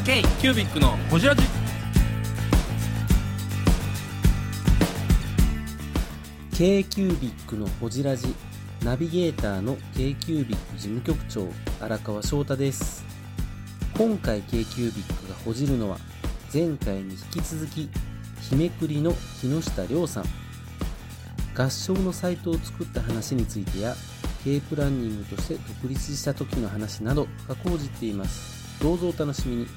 K キュービックのホジラジ。 K キュービックのホジラジ、ナビゲーターの K キュービック事務局長荒川翔太です。今回 K キュービックがほじるのは前回に引き続き日めくりの木下亮さん。合唱のサイトを作った話についてや K プランニングとして独立した時の話など深く報じています。どうぞお楽しみに。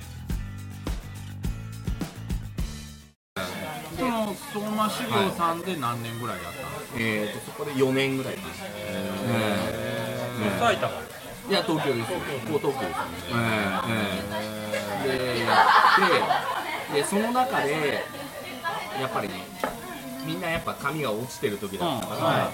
その相馬修行さんで何年ぐらいやったの？ そこで4年ぐらいです。 埼玉？ いや、東京です。東京ですね。で、やって、で、その中で、やっぱりね、みんなやっぱ髪が落ちてる時だったから、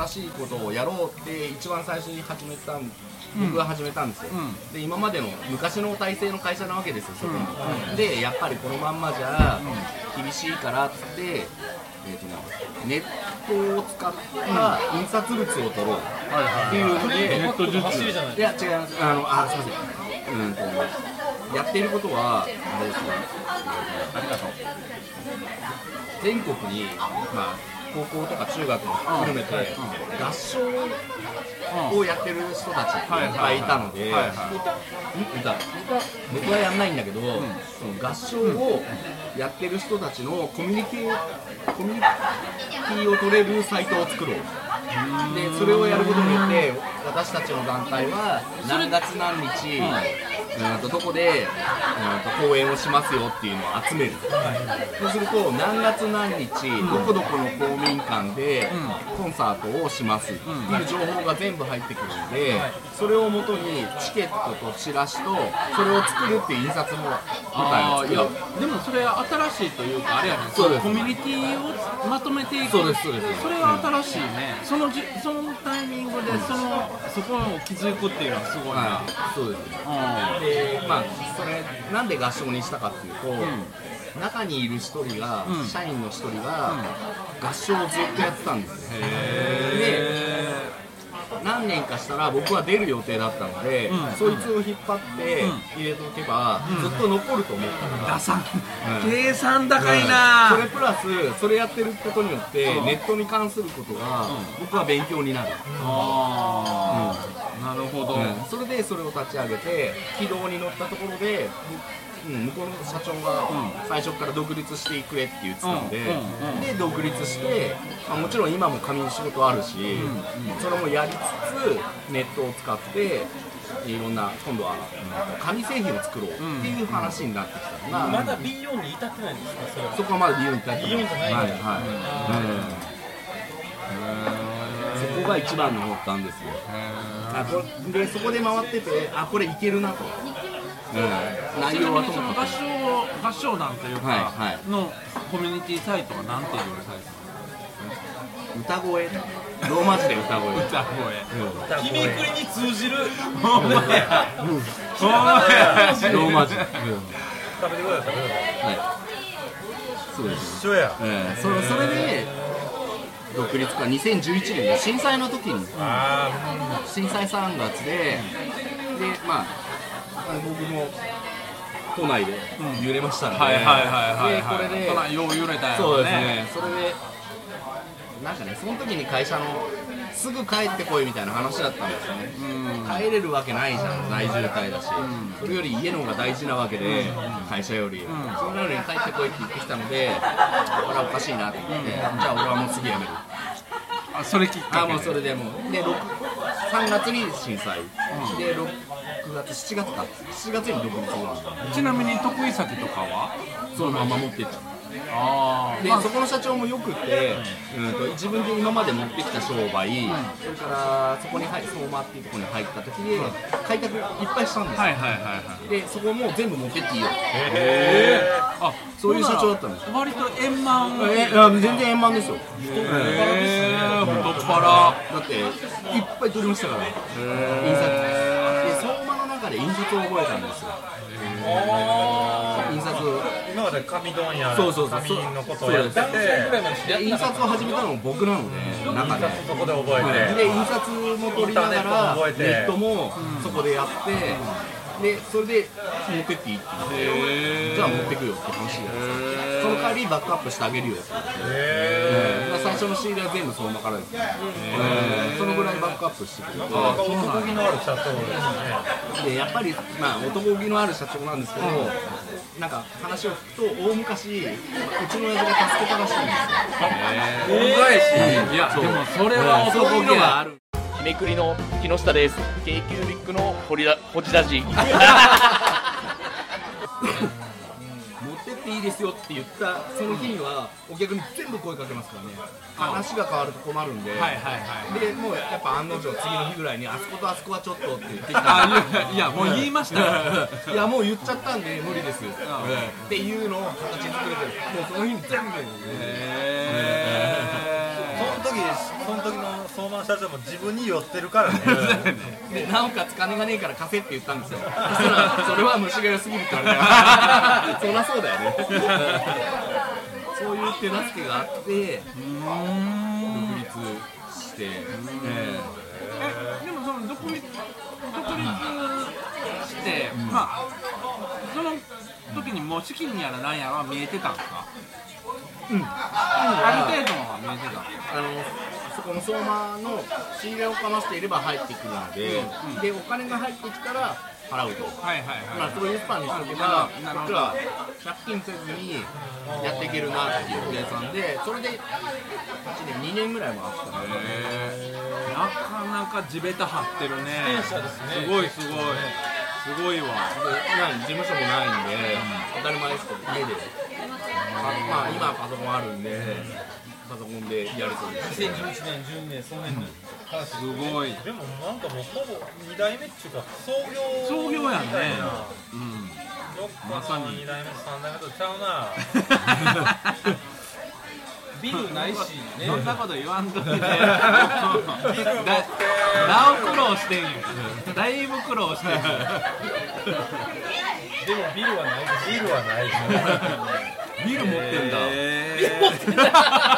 新しいことをやろうって一番最初に僕が始めたんですよ。で、今までの昔の体制の会社なわけですよ、そこに。で、やっぱりこのまんまじゃ厳しいからっつって、ネットを使った印刷物を取ろうっていうので、 ネット術？ いや、違います。すいません。やっていることは、あれですね、 ありがとう。 全国に、高校とか中学も含めて、合唱をやってる人たちがいっぱいいたので、僕はやんないんだけど、その合唱をやってる人たちのコミュニティを取れるサイトを作ろう。で、それをやることによって、私たちの団体は何月何日、どこで講演をしますよっていうのを集める。そうすると、何月何日、どこどこの公民館でコンサートをしますっていう情報が全部入ってくるので、それをもとにチケットとチラシとそれを作るっていう印刷も舞台を作る。 いや、でもそれは新しいというか、あれやね、 そうです。 コミュニティをまとめていく。 そうです、そうです。 それは新しいね。そのタイミングでそこを気づくっていうのはすごいな。 そうです。で、それなんで合唱にしたかっていうと、中にいる一人が、社員の一人が合唱をずっとやってたんですよ。で、何年かしたら僕は出る予定だったので、そいつを引っ張って入れておけば、ずっと残ると思ったから、 計算高いな。 それプラスそれやってることによって、ネットに関することが僕は勉強になる。 なるほど。 それでそれを立ち上げて軌道に乗ったところで、向こうの社長が最初から独立してくれって言ってたので、で独立して、もちろん今も紙の仕事あるし、それもやりつつネットを使っていろんな、今度は紙製品を作ろうっていう話になってきたのが、 まだ B4 に至ってないんですか？ そこはまだ B4 に至ってない。 B4 じゃないんだ。 そこが一番の発端ですよ。で、そこで回ってて、これいけるなと。内容はともかく合唱団というかのコミュニティサイトは何ていうサイト？ 歌声、ローマ字で歌声。 日めくりに通じる。 ほんまや。 ローマ字。 食べてください。 はい。そうです。 一緒や。 それで独立か2011年で震災の時に、震災3月で、僕も都内で揺れましたので、これで都内よう揺れたよね。 そうですね。それでなんかね、その時に会社のすぐ帰ってこいみたいな話だったんですよね。帰れるわけないじゃん、大渋滞だし、それより家の方が大事なわけで、会社より。それなのに帰ってこいって言ってきたので、これはおかしいなって言って、じゃあ俺はもう次辞める。 それきっかけで。 もうそれでもうで3月に震災、で6月7月に独立しました。 ちなみに得意先とかはそのまま持ってっちゃう。で、そこの社長もよくて、自分で今まで持ってきた商売、それからそこに相馬っていうところに入った時で開拓いっぱいしたんですよ。で、そこも全部持ってっていいよ。そういう社長だったんですよ。 割と円満。 全然円満ですよ。 太っ腹。 だっていっぱい取りましたから、印刷で、相馬の中で印刷を覚えたんですよ。印刷、 今まで紙問屋そう紙のことをやってて、 印刷を始めたのも僕なので、中でそこで覚えて、 で印刷も取りながらネットもそこでやって、 でそれで持ってっていいって言ってじゃあ持ってくよって話でその代わりバックアップしてあげるよって言って最初の仕入れは全部相馬からですねそのぐらいバックアップしてくれて男気のある社長ですね。 でやっぱりまあ男気のある社長なんですけどなんか話を聞くと大昔うちの親父が助けたらしいんですよ恩返しいやでもそれは男気がある日めくりの木下です。k キュービックのホジラジ持ってっていいですよって言ったその日にはお客に全部声かけますからね話が変わると困るんで、でもうやっぱ案の定次の日ぐらいにあそことあそこはちょっとって言ってきたいやもう言いましたよいやもう言っちゃったんで無理ですっていうのを形作れてるもうその日に全部その時の相馬社長も自分に寄ってるからねでなおかつ金がねえから貸せって言ったんですよそしたらそれは虫が良すぎるって言われたそりゃそうだよねそういう手助けがあって独立してでもその独立してまあその時にもう資金やらなんやらは見えてたんですかある程度は見えてたそこの相馬の仕入れをかましていれば入ってくるので、でお金が入ってきたら払うと、まあそういうスパンにしておけばこっちは借金せずにやっていけるなっていう計算でそれで1年2年ぐらい回ってたなかなか地べた張ってるねすごいすごいわ事務所もないんで当たり前ですけど家でまあ今はパソコンあるんでパソコンでやるそうです 2011年12年その辺のすごいでもなんかもうほぼ2代目っていうか創業やんねまさに2代目3代目とちゃうなビルないしねそんなこと言わんといてなお苦労してんよだいぶ苦労してんよでもビルはないビル持ってんだビル持ってんだ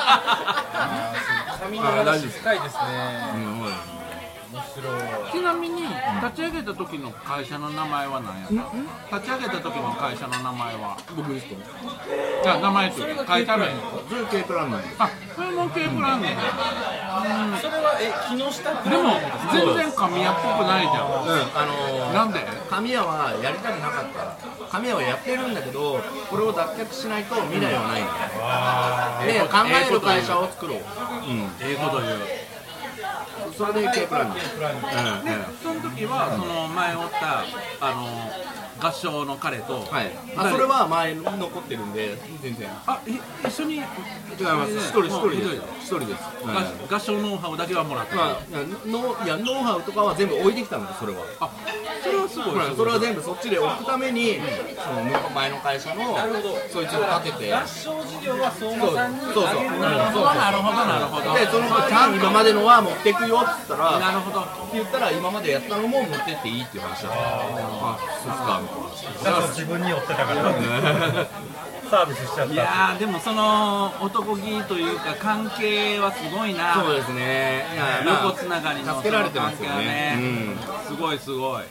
髪の話深いですね面白いちなみに立ち上げた時の会社の名前は何やった立ち上げた時の会社の名前は僕ですかじゃあ名前と書いてあるやんそれKプランなんですあそれも Kプランねそれは木下でも全然神谷っぽくないじゃんなんで神谷はやりたくなかった神谷はやってるんだけどこれを脱却しないと未来はないんだよで考える会社を作ろうええこと言うそれで K プランにその時はその前おった合唱の彼とそれは前残ってるんで全然一緒に違います一人です合唱ノウハウだけはもらったノウハウとかは全部置いてきたんですそれはそれはすごいそれは全部そっちで置くためにその前の会社のそいつを立てて合唱事業は相馬さんになるほどでそのちゃん今までのは持ってくよって言ったらなるほどって言ったら今までやったのも持ってっていいっていう話だったそうですかだから自分に寄ってたからサービスしちゃったいやーでもその男気というか関係はすごいなそうですね横つながりの助けられてますよねすごい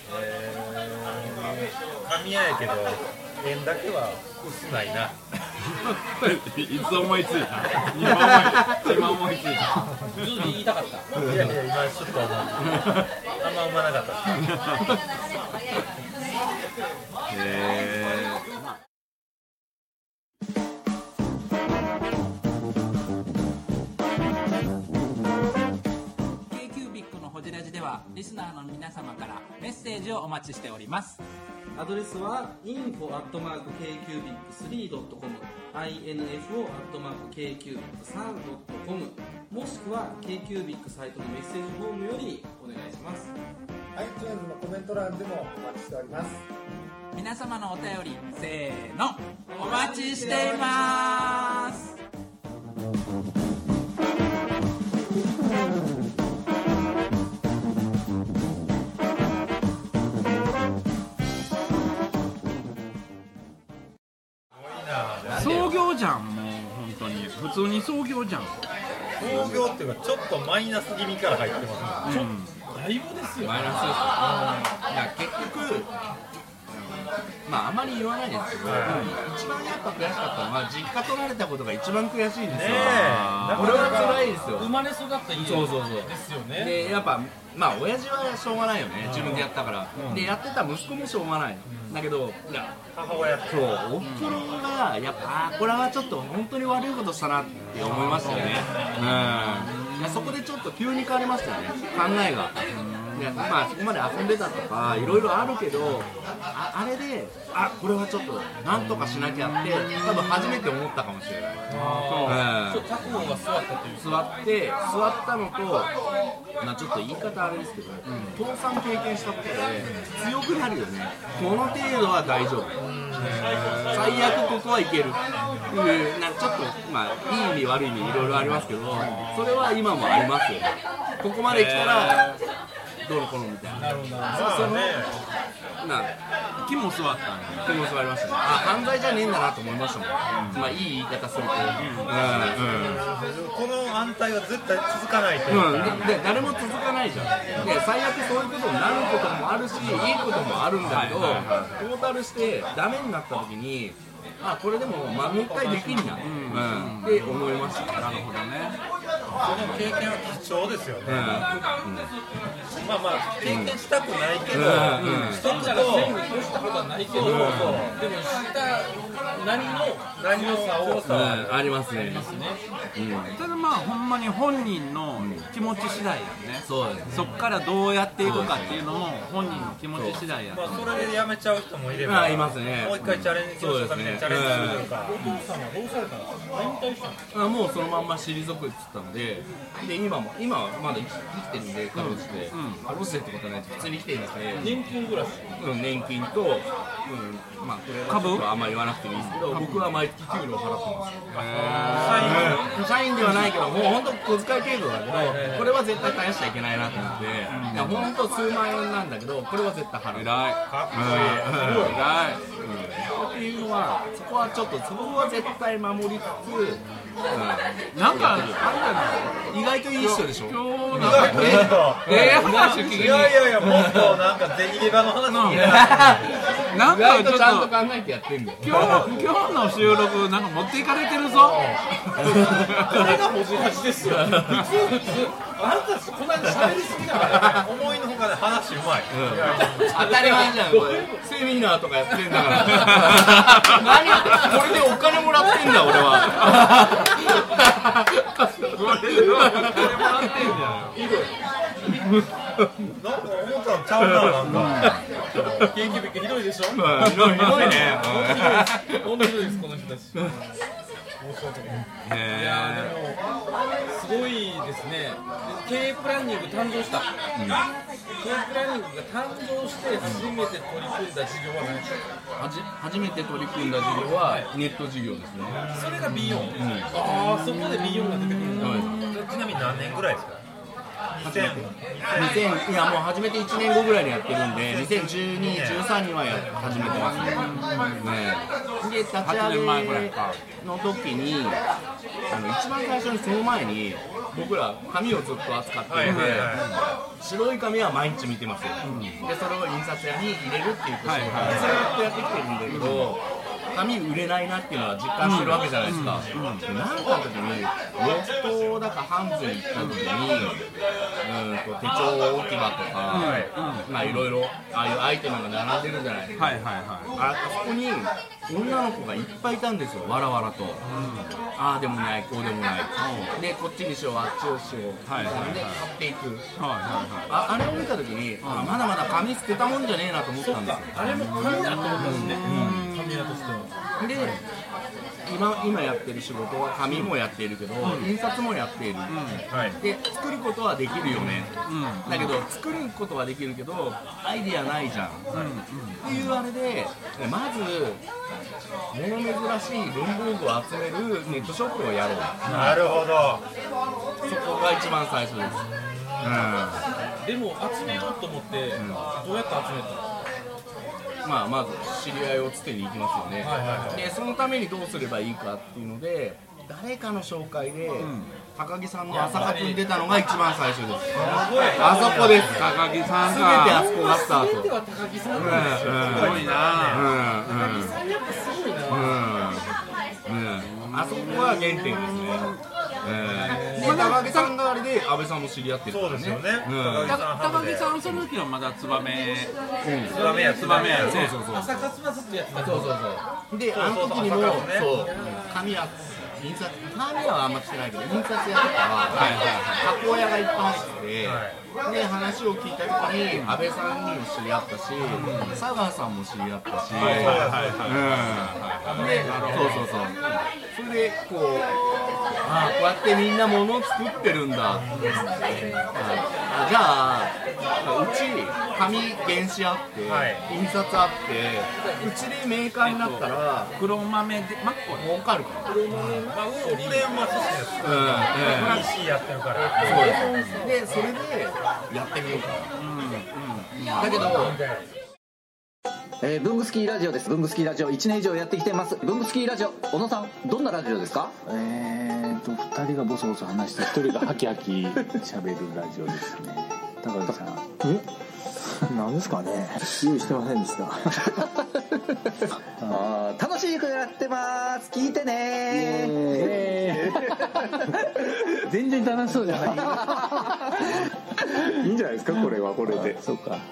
神谷やけど縁だけは薄ないないつ思いついた今思いついたずっと言いたかったいや今ちょっとあんま思わなかった K-Cubic のホジラジではリスナーの皆様からメッセージをお待ちしております。 アドレスは info@kcubic3.com info@kcubic3.com もしくは K-Cubic サイトのメッセージフォームよりお願いします。 iTunes のコメント欄でもお待ちしております。 皆様のお便りせーのお待ちしています。 創業じゃんもう本当に普通に創業じゃん創業っていうかちょっとマイナス気味から入ってますね、だいぶですよマイナスです結局まああまり言わないですけど、一番やっぱ悔しかったのは実家取られたことが一番悔しいんですよ。これは辛いですよ。 生まれ育った家ですよね。 でやっぱまあ親父はしょうがないよね、自分でやったから。でやってた息子もしょうがない。だけど母親そうおふくろがやっぱこれはちょっと本当に悪いことしたなって思いましたよね。いやそこでちょっと急に変わりましたよね、考えが。まあそこまで遊んでたとかいろいろあるけど、あれでこれはちょっとなんとかしなきゃって多分初めて思ったかもしれない。 覚悟が座ったという座ったのと、まあちょっと言い方あれですけど、倒産経験したことで強くなるよね。この程度は大丈夫、最悪ここはいけるっていうちょっとまあいい意味悪い意味いろいろありますけど、それは今もありますよね。ここまで来たらどうのこうのみたいな。 気も座ったん気も座りましたね。犯罪じゃねえんだなと思いましたもん。まあいい言い方すると、この安泰は絶対続かないというか、 で誰も続かないじゃん。で最悪そういうことになることもあるし、いいこともあるんだけど、トータルしてダメになった時にこれでももう一回できんなって思いました。 なるほどね。 その経験は貴重ですよね。まあまあ経験したくないけど、しとくとしたことはないけど、でもした何の差をありますね。 ただまあほんまに本人の気持ち次第やね。 そうです。 そっからどうやっていくかっていうのも本人の気持ち次第や。 まあそれでやめちゃう人もいれば、 いますね。 もう一回チャレンジするとかね、チャレンジするとか。お父さんはどうされたんですか？引退したんですか？ もうそのまんま退くって言ったので、今はまだ生きてるんで、かろうじて、かろうじてってことはないです。普通に生きてるんですね。 年金暮らし。 年金と、まあこれはちょっとあんまり言わなくてもいいですけど、僕は毎月給料を払ってます。社員ではないけど、もう本当小遣い程度だけど、これは絶対返しちゃいけないなと思って、本当数万円なんだけど、これは絶対払う。 偉い。 かっこいい。偉い。っていうのは、そこは絶対守りつつ、 なんか意外といい人でしょ。 今日なんか話聞きに。 いやもっとなんか銭ゲバの話聞きなんか意外とちゃんと考えてやってんだよ。 今日の収録なんか持っていかれてるぞ。 これが文字恥ですよ。普通あなたたちこんなに喋りすぎだから思いのほかで話うまい。 当たり前じゃん。セミナーとかやってんだから。何これでお金もらってんだ俺は。 これでお金もらってんじゃん。なんか思ったのちゃうな、なんか。研究日ひどいでしょ。 ひどいね。 本当ひどいですこの人たち。いやでもすごいですね。経営プランニング誕生した。経営プランニングが誕生して初めて取り組んだ事業は何ですか。 初めて取り組んだ事業はネット事業ですね。 それが B4。そこで B4 が出てくるんだ。ちなみに何年ぐらいですか。 いやもう始めて1年後ぐらいにやってるんで、2012、13には始めてますね。で立ち上げの時に一番最初にその前に僕ら紙をずっと扱ってるので、白い紙は毎日見てますよ。でそれを印刷屋に入れるっていうことをずっとやってきてるんだけど、紙売れないなっていうのは実感してるわけじゃないですか。なんかの時にロフトだかハンズに行った時に手帳置き場とか、まあいろいろああいうアイテムが並んでるじゃないですか。あそこに女の子がいっぱいいたんですよ、わらわらと。ああでもない、こうでもない。でこっちにしよう、あっちをしよう。で買っていく。あれを見た時にまだまだ紙捨てたもんじゃねえなと思ったんですよ。あれも紙だと思ったんですね。で今やってる仕事は紙もやっているけど、印刷もやっている、で作ることはできるよね、だけど作ることはできるけどアイディアないじゃん、っていうあれでまず物珍しい文房具を集めるネットショップをやろう。 なるほど。 そこが一番最初です。 でも集めようと思ってどうやって集めたの。 まず知り合いをつてに行きますよね。でそのためにどうすればいいかっていうので、 誰かの紹介で、高木さんの朝活に出たのが一番最初です。あそこです。 高木さんすべてあそこがスタート。 では高木さんすごいな。 高木さんやっぱすごいな。 あそこが原点ですね。高木さんがあれで安倍さんも知り合ってるからね。 そうですよね。 高木さんその時はまだツバメやね。 朝活はずっとやってた。 そうで、あの時にも紙は印刷、紙はあんましてないけど印刷やってた箱屋がいっぱい入ってて、で話を聞いた時に安倍さんにも知り合ったし、佐川さんも知り合ったし、で、それでこうやってみんな物を作ってるんだ。じゃあうち紙原子あって、印刷あって、うちでメーカーになったら黒豆でマッコ儲かるから。 売れまさしです。PC やってるから。 で、それでやってみようかな。だけどブングスキーラジオです。ブングスキーラジオ1年以上やってきてます。ブングスキーラジオ、小野さん、どんなラジオですか 2人がボソボソ話して1人がハキハキ喋るラジオですね。高木さん、何ですかね、用意してませんでした楽しくやってます、聞いてね全然楽しそうじゃないいいんじゃないですか、これはこれで。そうか。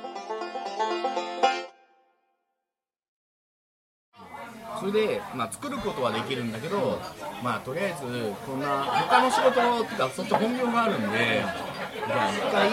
それで、作ることはできるんだけど、とりあえずこんな他の仕事ってかそっち本業があるんで、じゃあ一回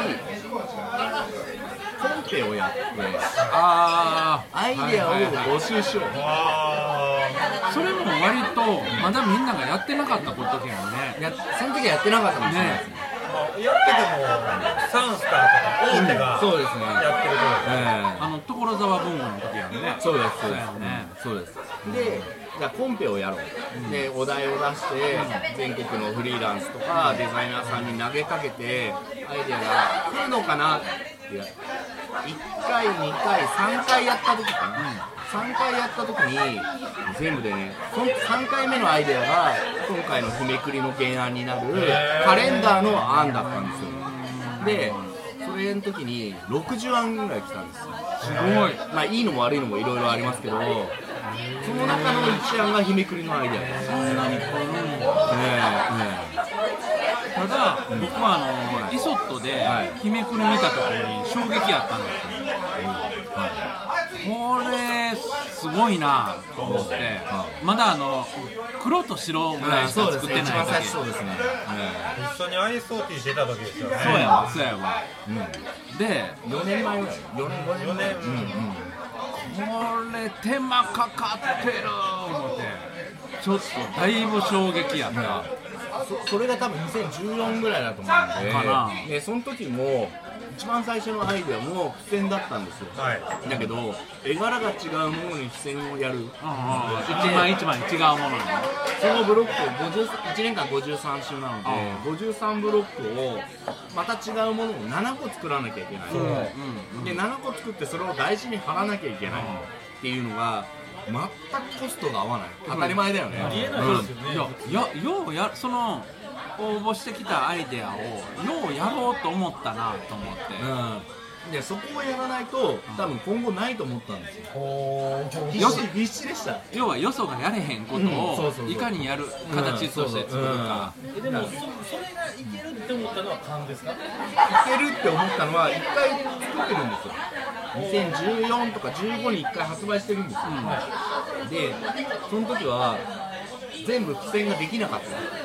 コンペをやってアイデアを募集しよう。 それも割とまだみんながやってなかったことやね。 その時はやってなかったんですね。 やっててもサンスターとか大手がそうですね、 やってること所沢文具の時やね。 そうですそうです。 で、じゃあコンペをやろう。で、お題を出して全国のフリーランスとかデザイナーさんに投げかけてアイデアが来るのかなって1回、2回、3回やった時かな、3回やった時に全部でね、3回目のアイデアが今回の日めくりの原案になるカレンダーの案だったんですよ。で、それの時に60案ぐらい来たんですよ。 すごい。 いいのも悪いのもいろいろありますけど、その中の1案が日めくりのアイデアです。 そんなに来るんだ。ただ、僕はイソットで日めくり見た時に衝撃やったんですよ。これすごいなと思って、まだ黒と白ぐらいしか作ってない時。 そうですね。 一緒にアイスオーティーしてた時ですよね。 そうやわ。で、 4年前ぐらい。4年。 これ手間かかってる思って、ちょっとだいぶ衝撃やった。 それが多分2014ぐらいだと思うんで、その時も一番最初のアイデアも付箋だったんですよ。だけど絵柄が違うものに付箋をやる、 一枚一枚違うものに、 そのブロックを1年間53週なので、53ブロックをまた違うものを7個作らなきゃいけない、で7個作ってそれを大事に貼らなきゃいけないっていうのが全くコストが合わない。当たり前だよね。 ありえないですよね。 ようやその応募してきたアイデアをようやろうと思ったなと思って、 でそこをやらないと多分今後ないと思ったんですよ。必死でした。 要はよそがやれへんことをいかにやる形として作るか。 でもそれがいけるって思ったのは勘ですか？いけるって思ったのは1回作ってるんですよ。2014とか15に1回発売してるんですよ。でその時は全部付箋ができなかった。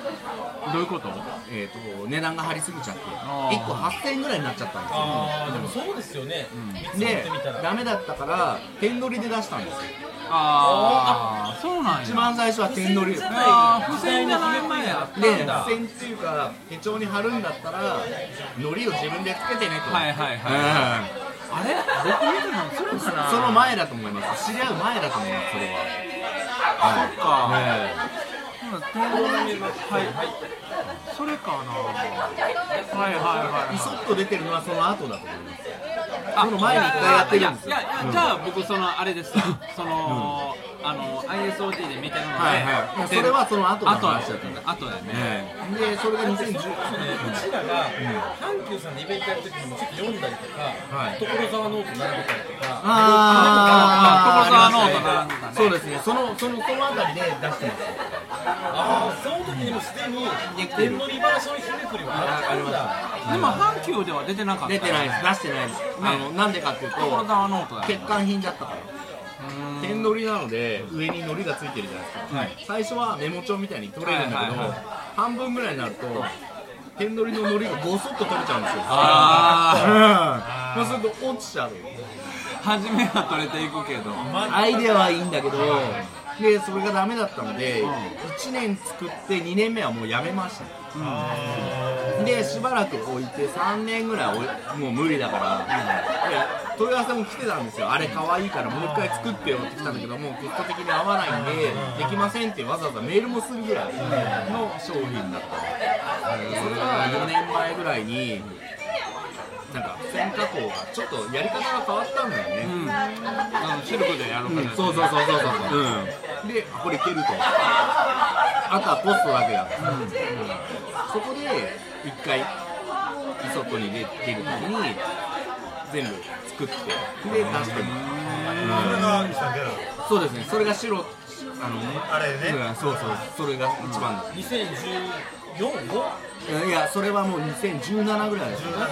どういうこと？ 値段が張りすぎちゃって1個8000円ぐらいになっちゃったんですよ。 でもそうですよね。 でダメだったから点取りで出したんですよ。 そうなんや。 一番最初は点取り。 付箋がない前やったんだ。 付箋っていうか手帳に貼るんだったら糊を自分でつけてねと。 あれ僕見てるのそれかな。 その前だと思います。知り合う前だと思います。それは。 そっか。それかな。 イソッと出てるのはその後だと思います。その前に1回やってるんですよ。 じゃあ僕あれです。 ISOT で見てるので、 はいはい、それはその後の話だったんだ。 後だよね。 でそれが2010年、 うちらが阪急さんでイベントやるときにもちょっと読んだりとか、所沢ノート並べたりとか、 所沢ノート並んだね。 そうですね。そのあたりで出してます。 その時にもすでに天乗りバージョン日めくりはあるんだ。 でも阪急では出てなかった。 出てないです。出してないです。なんでかっていうと、 所沢ノートだ。 欠陥品だったから。点乗りなので上にのりがついてるじゃないですか。最初はメモ帳みたいに取れるんだけど、半分ぐらいになると点乗りののりがごそっと取れちゃうんですよ。そうすると落ちちゃう。 初めは取れていくけど、 アイデアはいいんだけど、でそれがダメだったので、1年作って2年目はもうやめました。でしばらく置いて3年ぐらいもう無理だから、問い合わせも来てたんですよ。あれ可愛いからもう一回作ってよって来たんだけど、もう結果的に合わないんでできませんってわざわざメールもするぐらいの商品だった。それが4年前ぐらいになんか線加工がちょっとやり方が変わったんだよね。 シルクでやるから、 そうでこれいけると、あとはコストだけだ、そこで一回イソットに出るときに全部作ってで出してもそうですね。それが白あれね、 そうそれが一番だ。2014？いやそれはもう2017ぐらいです。17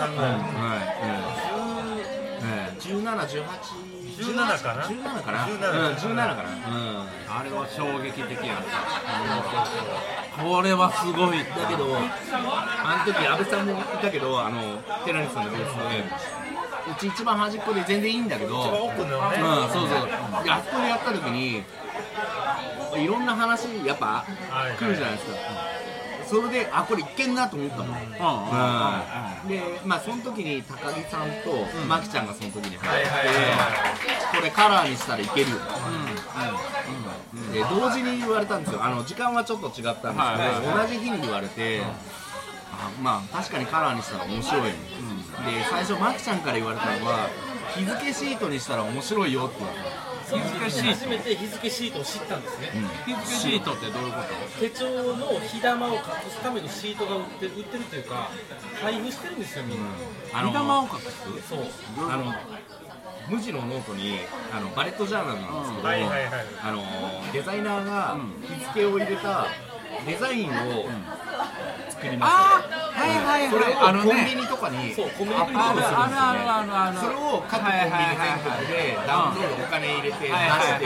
かな。17かな。 あれは衝撃的やった。これはすごい。 だけどあの時安倍さんも言ったけど、寺西さんのブースでうち一番端っこで全然いいんだけど、そうそう。あそこでやった時にいろんな話やっぱ来るじゃないですか。それでこれいけんなと思ったもん。でその時に高木さんとマキちゃんがその時に入って、これカラーにしたらいけるよ。で同時に言われたんですよ。時間はちょっと違ったんですけど、同じ日に言われて、確かにカラーにしたら面白い。で最初マキちゃんから言われたのは日付シートにしたら面白いよって言われた。 初めて日付シートを知ったんですね。 日付シートってどういうこと？ 手帳の火玉を隠すためのシートが売ってるというか配布してるんですよ、みんな。 火玉を隠す？ そう。 無地のノートにバレットジャーナルなんですけど、デザイナーが日付を入れたデザインを作りました。それをコンビニとかにアップロードするんですよね。それを各コンビニ全国でダウンロードお金入れて出して、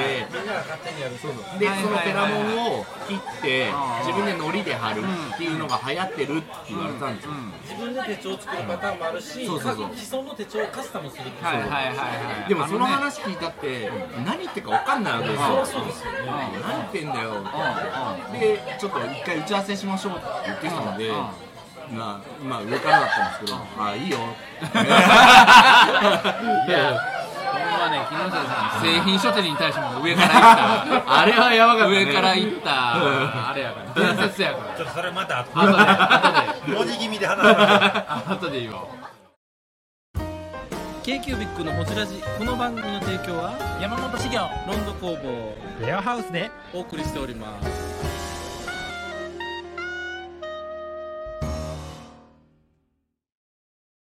でそのペラモンを切って自分で糊で貼るっていうのが流行ってるって言われたんですよ。 自分で手帳を作るパターンもあるし、既存の手帳をカスタムするっていう。 でもその話聞いたって何言ってか分かんないわけですよ。そうですよね。何言ってんだよ。でちょっと一回打ち合わせしましょうって言ってきたので、上からだったんですけど、いいよ。 いや、これはね、木下さん、製品書店に対しても上から行った。 あれはやばかったね。 上から行った。あれやから。伝説やから。 ちょっとそれまた後で。 文字気味で話しましょう。 後で言おう。 K-Cubic のホジラジ、この番組の提供は山本資源ロンド工房レアハウスでお送りしております。